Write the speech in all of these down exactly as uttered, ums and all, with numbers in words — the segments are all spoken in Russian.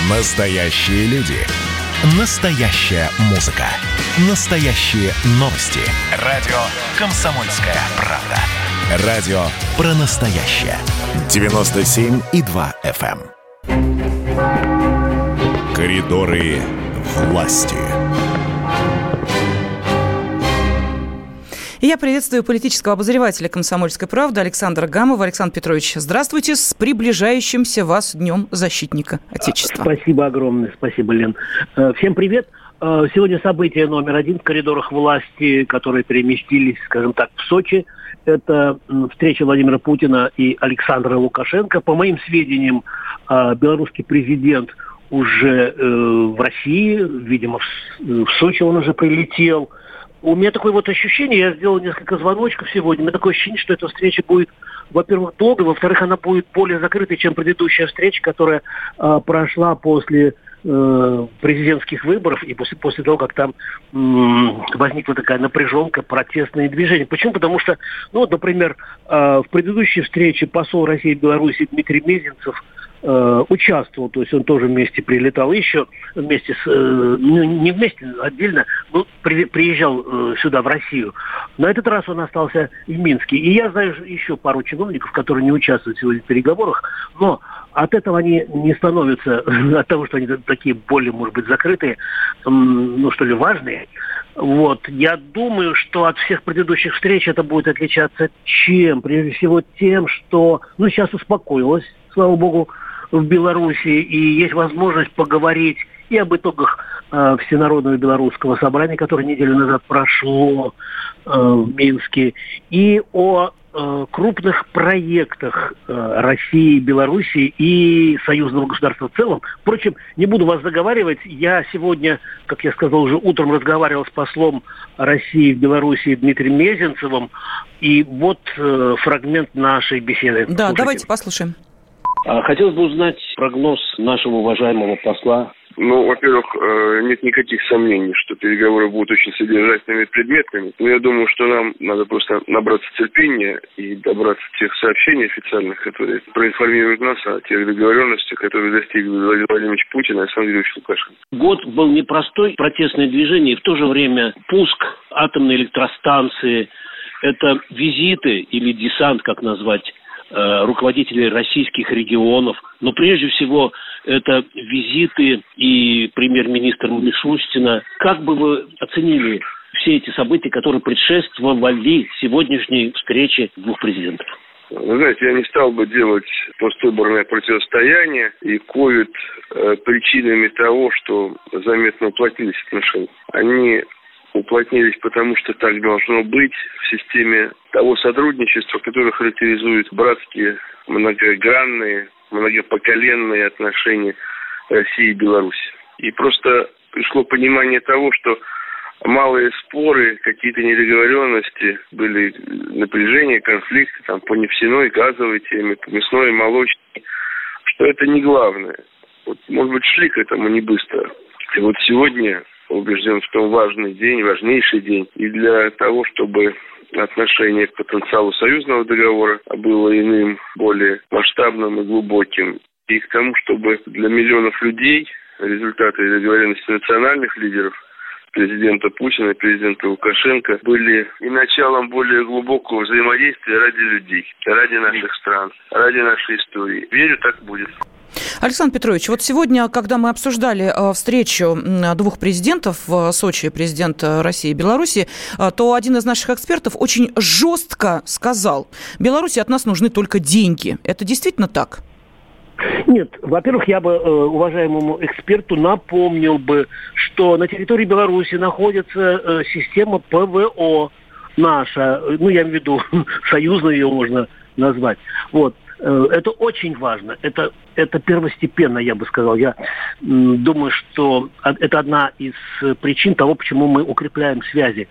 Настоящие люди. Настоящая музыка. Настоящие новости. Радио «Комсомольская правда». Радио про настоящее. девяносто семь и два эф эм. Коридоры власти. Я приветствую политического обозревателя «Комсомольской правды» Александра Гамова. Александр Петрович, здравствуйте, с приближающимся вас Днем защитника Отечества. Спасибо огромное, спасибо, Лен. Всем привет. Сегодня событие номер один в коридорах власти, которые переместились, скажем так, в Сочи. Это встреча Владимира Путина и Александра Лукашенко. По моим сведениям, белорусский президент уже в России, видимо, в Сочи он уже прилетел. У меня такое вот ощущение, я сделал несколько звоночков сегодня, у меня такое ощущение, что эта встреча будет, во-первых, долгой, во-вторых, она будет более закрытой, чем предыдущая встреча, которая э, прошла после э, президентских выборов и после, после того, как там э, возникла такая напряженка, протестные движения. Почему? Потому что, ну вот, например, э, в предыдущей встрече посол России в Беларуси Дмитрий Мезенцев э, участвовал, то есть он тоже вместе прилетал, еще вместе с, э, ну, не вместе, отдельно, но при, приезжал э, сюда, в Россию. На этот раз он остался в Минске. И я знаю еще пару чиновников, которые не участвуют сегодня в переговорах, но от этого они не становятся, от того, что они такие более, может быть, закрытые, ну, что ли, важные. Вот. Я думаю, что от всех предыдущих встреч это будет отличаться чем? Прежде всего тем, что, ну, сейчас успокоилось, слава богу, в Беларуси, и есть возможность поговорить и об итогах э, Всенародного белорусского собрания, которое неделю назад прошло э, в Минске, и о э, крупных проектах э, России, Беларуси и союзного государства в целом. Впрочем, не буду вас заговаривать. Я сегодня, как я сказал, уже утром разговаривал с послом России в Беларуси Дмитрием Мезенцевым, и вот э, фрагмент нашей беседы. Да, Слушайте. Давайте послушаем. Хотелось бы узнать прогноз нашего уважаемого посла. Ну, во-первых, нет никаких сомнений, что переговоры будут очень содержательными и предметными. Но я думаю, что нам надо просто набраться терпения и добраться тех сообщений официальных, которые проинформируют нас о тех договоренностях, которые достигли Владимир Владимирович Путин и Александр Григорьевич Лукашенко. Год был непростой, протестное движение, и в то же время пуск атомной электростанции, это визиты или десант, как назвать, руководителей российских регионов, но прежде всего это визиты и премьер-министр Мишустина. Как бы вы оценили все эти события, которые предшествовали сегодняшней встрече двух президентов? Вы знаете, я не стал бы делать поствыборное противостояние и ковид э, причинами того, что заметно уплотнились отношения. Они уплотнились, потому что так должно быть в системе того сотрудничества, которое характеризует братские, многогранные, многопоколенные отношения России и Беларуси. И просто пришло понимание того, что малые споры, какие-то недоговоренности, были напряжения, конфликты там, по нефтяной, газовой теме, по мясной, молочной, что это не главное. Вот, может быть, шли к этому не быстро. И вот сегодня убежден, что важный день, важнейший день. И для того, чтобы отношение к потенциалу союзного договора было иным, более масштабным и глубоким. И к тому, чтобы для миллионов людей результаты договоренности национальных лидеров, президента Путина и президента Лукашенко, были и началом более глубокого взаимодействия ради людей, ради наших стран, ради нашей истории. Верю, так будет. Александр Петрович, вот сегодня, когда мы обсуждали встречу двух президентов в Сочи, президента России и Беларуси, то один из наших экспертов очень жестко сказал: Беларуси от нас нужны только деньги. Это действительно так? Нет, во-первых, я бы э, уважаемому эксперту напомнил бы, что на территории Беларуси находится э, система ПВО наша, ну, я имею в виду, союзную ее можно назвать. Вот. Это очень важно, это, это первостепенно, я бы сказал. Я м, думаю, что это одна из причин того, почему мы укрепляем связи.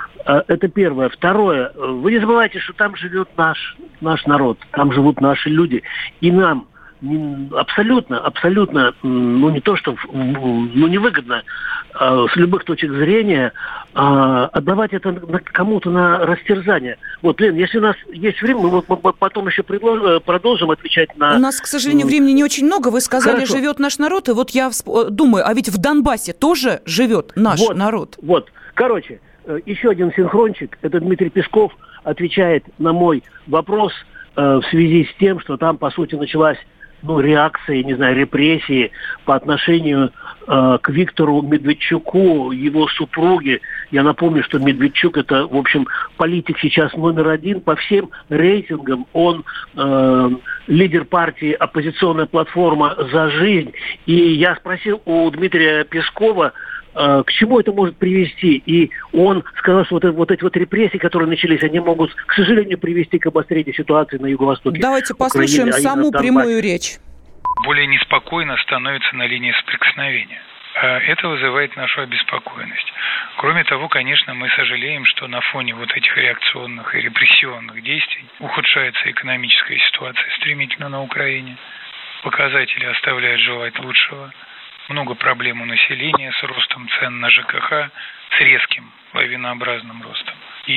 Это первое. Второе, вы не забывайте, что там живет наш, наш народ, там живут наши люди. И нам абсолютно, абсолютно, ну не то что, ну невыгодно э, с любых точек зрения э, отдавать это на, кому-то на растерзание. Вот, Лен, если у нас есть время, мы, мы потом еще предлож, продолжим отвечать на... У нас, к сожалению, времени не очень много. Вы сказали, Хорошо. Живет наш народ, и вот я всп... думаю, а ведь в Донбассе тоже живет наш вот, народ. Вот, короче, еще один синхрончик, это Дмитрий Песков отвечает на мой вопрос э, в связи с тем, что там, по сути, началась ну, реакция, не знаю, репрессии по отношению э, к Виктору Медведчуку, его супруге. Я напомню, что Медведчук – это, в общем, политик сейчас номер один по всем рейтингам. Он э, лидер партии «Оппозиционная платформа за жизнь». И я спросил у Дмитрия Пескова, к чему это может привести. И он сказал, что вот, вот эти вот репрессии, которые начались, они могут, к сожалению, привести к обострению ситуации на юго-востоке. Давайте послушаем Украины, саму прямую речь. Более неспокойно становится на линии соприкосновения. Это вызывает нашу обеспокоенность. Кроме того, конечно, мы сожалеем, что на фоне вот этих реакционных и репрессионных действий ухудшается экономическая ситуация стремительно на Украине. Показатели оставляют желать лучшего. Много проблем у населения с ростом цен на ЖКХ, с резким лавинообразным ростом.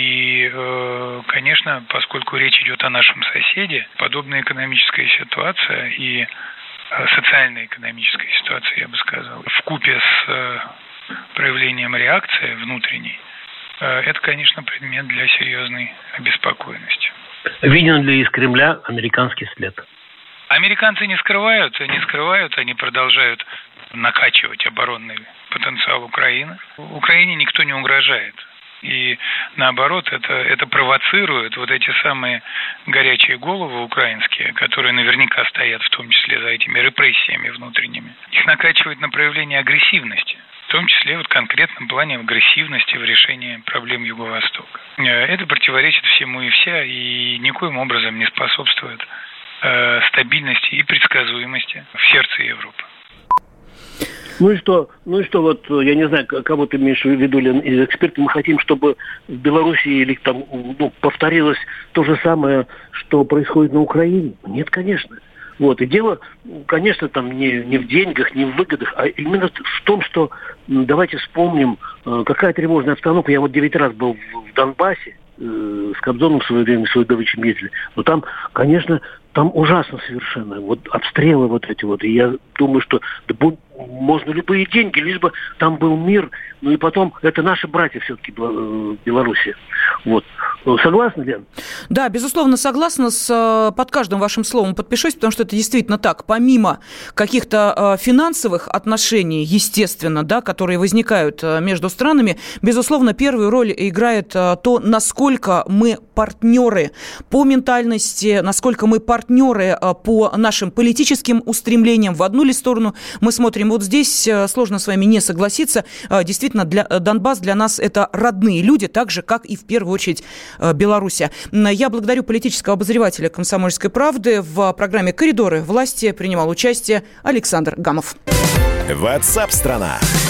И, э, конечно, поскольку речь идет о нашем соседе, подобная экономическая ситуация и э, социально-экономическая ситуация, я бы сказал, вкупе с э, проявлением реакции внутренней, э, это, конечно, предмет для серьезной обеспокоенности. Виден ли из Кремля американский след? Американцы не скрывают, не скрывают, они продолжают накачивать оборонный потенциал Украины. Украине никто не угрожает. И наоборот, это, это провоцирует вот эти самые горячие головы украинские, которые наверняка стоят в том числе за этими репрессиями внутренними. Их накачивает на проявление агрессивности. В том числе вот в конкретном плане агрессивности в решении проблем Юго-Востока. Это противоречит всему и вся, и никоим образом не способствует э, стабильности и предсказуемости в сердце Европы. Ну и что, ну и что, вот, я не знаю, кого ты имеешь в виду, Лен, из экспертов, мы хотим, чтобы в Беларуси или там, ну, повторилось то же самое, что происходит на Украине? Нет, конечно. Вот, и дело, конечно, там не, не в деньгах, не в выгодах, а именно в том, что, давайте вспомним, какая тревожная обстановка. Я вот девять раз был в Донбассе, э, с Кобзоном в свое время, с Уидовичем ездили. Но там, конечно, там ужасно совершенно. Вот обстрелы вот эти вот. И я думаю, что да, можно любые деньги, лишь бы там был мир. Ну и потом, это наши братья все-таки в Беларуси. Вот. Согласна, Лен? Да, безусловно, согласна. С, под каждым вашим словом подпишусь, потому что это действительно так. Помимо каких-то финансовых отношений, естественно, да, которые возникают между странами, безусловно, первую роль играет то, насколько мы партнеры по ментальности, насколько мы партнеры по нашим политическим устремлениям. В одну ли сторону мы смотрим. Вот здесь сложно с вами не согласиться. Действительно, для, Донбасс для нас это родные люди, так же, как и в первую очередь Белоруссия. Я благодарю политического обозревателя «Комсомольской правды». В программе «Коридоры власти» принимал участие Александр Гамов. WhatsApp-страна.